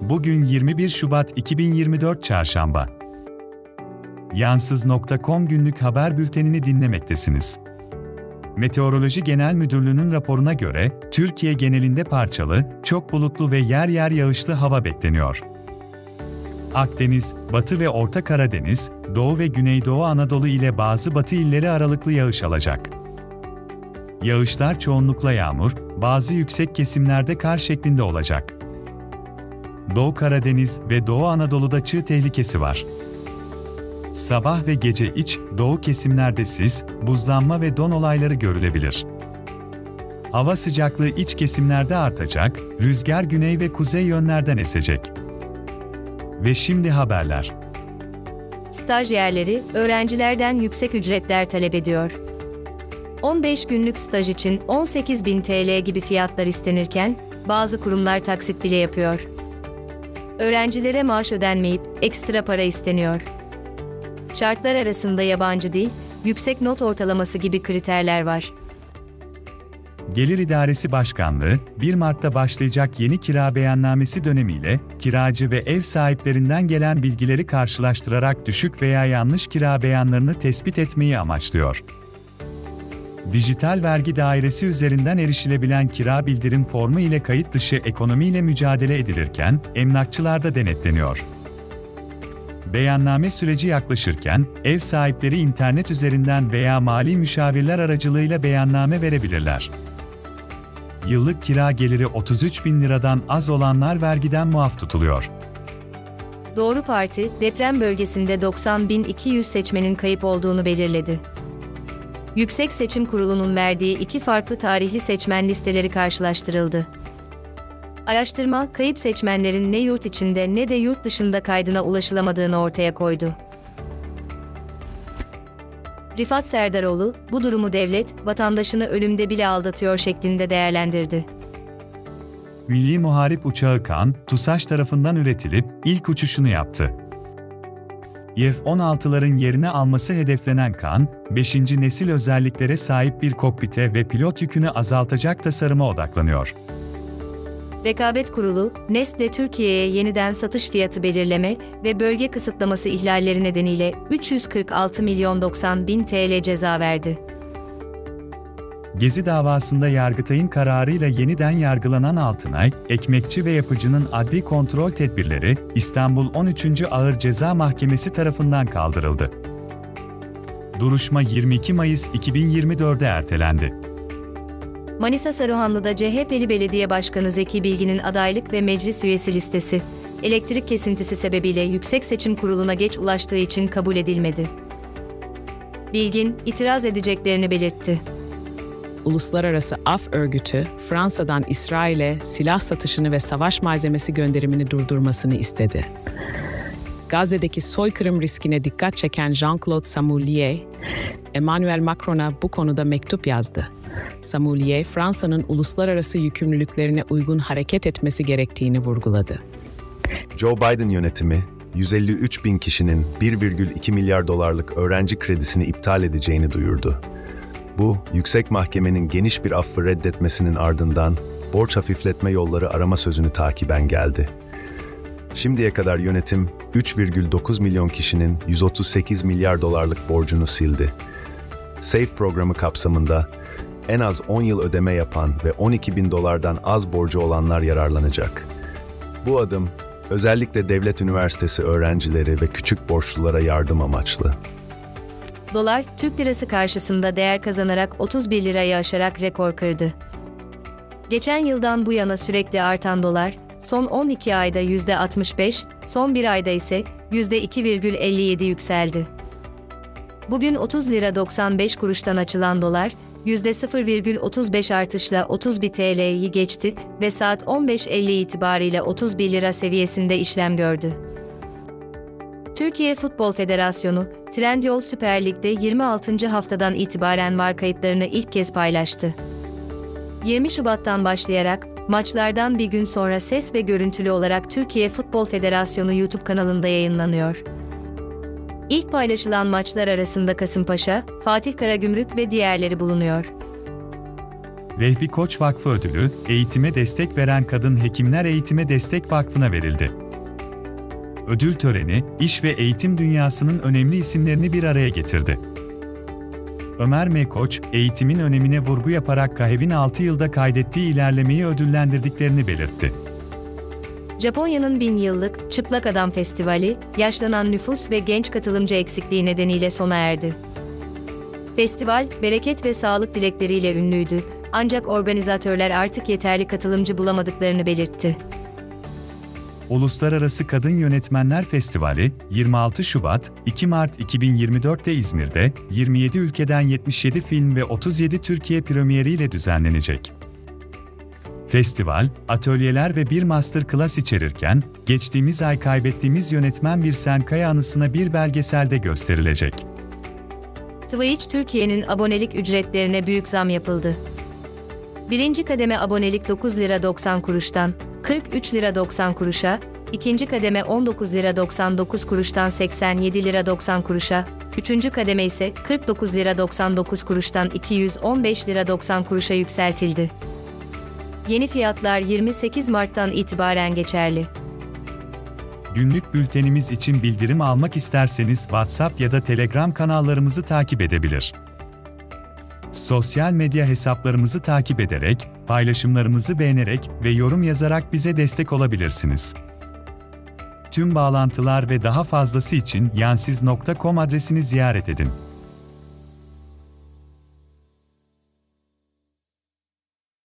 Bugün 21 Şubat 2024 Çarşamba. Yansız.com günlük haber bültenini dinlemektesiniz. Meteoroloji Genel Müdürlüğü'nün raporuna göre, Türkiye genelinde parçalı, çok bulutlu ve yer yer yağışlı hava bekleniyor. Akdeniz, Batı ve Orta Karadeniz, Doğu ve Güneydoğu Anadolu ile bazı batı illeri aralıklı yağış alacak. Yağışlar çoğunlukla yağmur, bazı yüksek kesimlerde kar şeklinde olacak. Doğu Karadeniz ve Doğu Anadolu'da çığ tehlikesi var. Sabah ve gece iç, doğu kesimlerde sis, buzlanma ve don olayları görülebilir. Hava sıcaklığı iç kesimlerde artacak, rüzgar güney ve kuzey yönlerden esecek. Ve şimdi haberler. Stajyerleri, öğrencilerden yüksek ücretler talep ediyor. 15 günlük staj için 18.000 TL gibi fiyatlar istenirken, bazı kurumlar taksit bile yapıyor. Öğrencilere maaş ödenmeyip, ekstra para isteniyor. Şartlar arasında yabancı dil, yüksek not ortalaması gibi kriterler var. Gelir İdaresi Başkanlığı, 1 Mart'ta başlayacak yeni kira beyannamesi dönemiyle, kiracı ve ev sahiplerinden gelen bilgileri karşılaştırarak düşük veya yanlış kira beyanlarını tespit etmeyi amaçlıyor. Dijital Vergi Dairesi üzerinden erişilebilen kira bildirim formu ile kayıt dışı ekonomiyle mücadele edilirken, emlakçılar da denetleniyor. Beyanname süreci yaklaşırken, ev sahipleri internet üzerinden veya mali müşavirler aracılığıyla beyanname verebilirler. Yıllık kira geliri 33.000 liradan az olanlar vergiden muaf tutuluyor. Doğru Parti, deprem bölgesinde 90.200 seçmenin kayıp olduğunu belirledi. Yüksek Seçim Kurulu'nun verdiği 2 farklı tarihli seçmen listeleri karşılaştırıldı. Araştırma, kayıp seçmenlerin ne yurt içinde ne de yurt dışında kaydına ulaşılamadığını ortaya koydu. Rifat Serdaroğlu, bu durumu devlet, vatandaşını ölümde bile aldatıyor şeklinde değerlendirdi. Milli Muharip uçağı Kan, TUSAŞ tarafından üretilip ilk uçuşunu yaptı. F-16'ların yerini alması hedeflenen Kan, 5. nesil özelliklere sahip bir kokpite ve pilot yükünü azaltacak tasarıma odaklanıyor. Rekabet Kurulu, Nestle Türkiye'ye yeniden satış fiyatı belirleme ve bölge kısıtlaması ihlalleri nedeniyle 346 milyon 90 bin TL ceza verdi. Gezi davasında Yargıtay'ın kararıyla yeniden yargılanan Altınay, Ekmekçi ve Yapıcı'nın adli kontrol tedbirleri İstanbul 13. Ağır Ceza Mahkemesi tarafından kaldırıldı. Duruşma 22 Mayıs 2024'de ertelendi. Manisa Saruhanlı'da CHP'li Belediye Başkanı Zeki Bilgin'in adaylık ve meclis üyesi listesi, elektrik kesintisi sebebiyle Yüksek Seçim Kurulu'na geç ulaştığı için kabul edilmedi. Bilgin, itiraz edeceklerini belirtti. Uluslararası Af Örgütü, Fransa'dan İsrail'e silah satışını ve savaş malzemesi gönderimini durdurmasını istedi. Gazze'deki soykırım riskine dikkat çeken Jean-Claude Samoulier, Emmanuel Macron'a bu konuda mektup yazdı. Samoulier, Fransa'nın uluslararası yükümlülüklerine uygun hareket etmesi gerektiğini vurguladı. Joe Biden yönetimi, 153 bin kişinin 1,2 milyar dolarlık öğrenci kredisini iptal edeceğini duyurdu. Bu, yüksek mahkemenin geniş bir affı reddetmesinin ardından borç hafifletme yolları arama sözünü takiben geldi. Şimdiye kadar yönetim, 3,9 milyon kişinin 138 milyar dolarlık borcunu sildi. SAFE programı kapsamında en az 10 yıl ödeme yapan ve 12 bin dolardan az borcu olanlar yararlanacak. Bu adım, özellikle devlet üniversitesi öğrencileri ve küçük borçlulara yardım amaçlı. Dolar, Türk lirası karşısında değer kazanarak 31 lirayı aşarak rekor kırdı. Geçen yıldan bu yana sürekli artan dolar, son 12 ayda %65, son bir ayda ise %2,57 yükseldi. Bugün 30 lira 95 kuruştan açılan dolar, %0,35 artışla 31 TL'yi geçti ve saat 15.50 itibariyle 31 lira seviyesinde işlem gördü. Türkiye Futbol Federasyonu, Trendyol Süper Lig'de 26. haftadan itibaren VAR kayıtlarını ilk kez paylaştı. 20 Şubat'tan başlayarak, maçlardan bir gün sonra ses ve görüntülü olarak Türkiye Futbol Federasyonu YouTube kanalında yayınlanıyor. İlk paylaşılan maçlar arasında Kasımpaşa, Fatih Karagümrük ve diğerleri bulunuyor. Vehbi Koç Vakfı ödülü, eğitime destek veren Kadın Hekimler Eğitime Destek Vakfı'na verildi. ödül töreni, iş ve eğitim dünyasının önemli isimlerini bir araya getirdi. Ömer M. Koç, eğitimin önemine vurgu yaparak KAHEV'in 6 yılda kaydettiği ilerlemeyi ödüllendirdiklerini belirtti. Japonya'nın 1000 yıllık Çıplak Adam Festivali, yaşlanan nüfus ve genç katılımcı eksikliği nedeniyle sona erdi. Festival, bereket ve sağlık dilekleriyle ünlüydü, ancak organizatörler artık yeterli katılımcı bulamadıklarını belirtti. Uluslararası Kadın Yönetmenler Festivali, 26 Şubat, 2 Mart 2024'te İzmir'de, 27 ülkeden 77 film ve 37 Türkiye premieriyle düzenlenecek. Festival, atölyeler ve bir masterclass içerirken, geçtiğimiz ay kaybettiğimiz yönetmen Birsen Kaya anısına bir belgeselde gösterilecek. Twitch Türkiye'nin abonelik ücretlerine büyük zam yapıldı. Birinci kademe abonelik 9 lira 90 kuruştan 43 lira 90 kuruşa, ikinci kademe 19 lira 99 kuruştan 87 lira 90 kuruşa, üçüncü kademe ise 49 lira 99 kuruştan 215 lira 90 kuruşa yükseltildi. Yeni fiyatlar 28 Mart'tan itibaren geçerli. Günlük bültenimiz için bildirim almak isterseniz WhatsApp ya da Telegram kanallarımızı takip edebilir. Sosyal medya hesaplarımızı takip ederek, paylaşımlarımızı beğenerek ve yorum yazarak bize destek olabilirsiniz. Tüm bağlantılar ve daha fazlası için yansiz.com adresini ziyaret edin.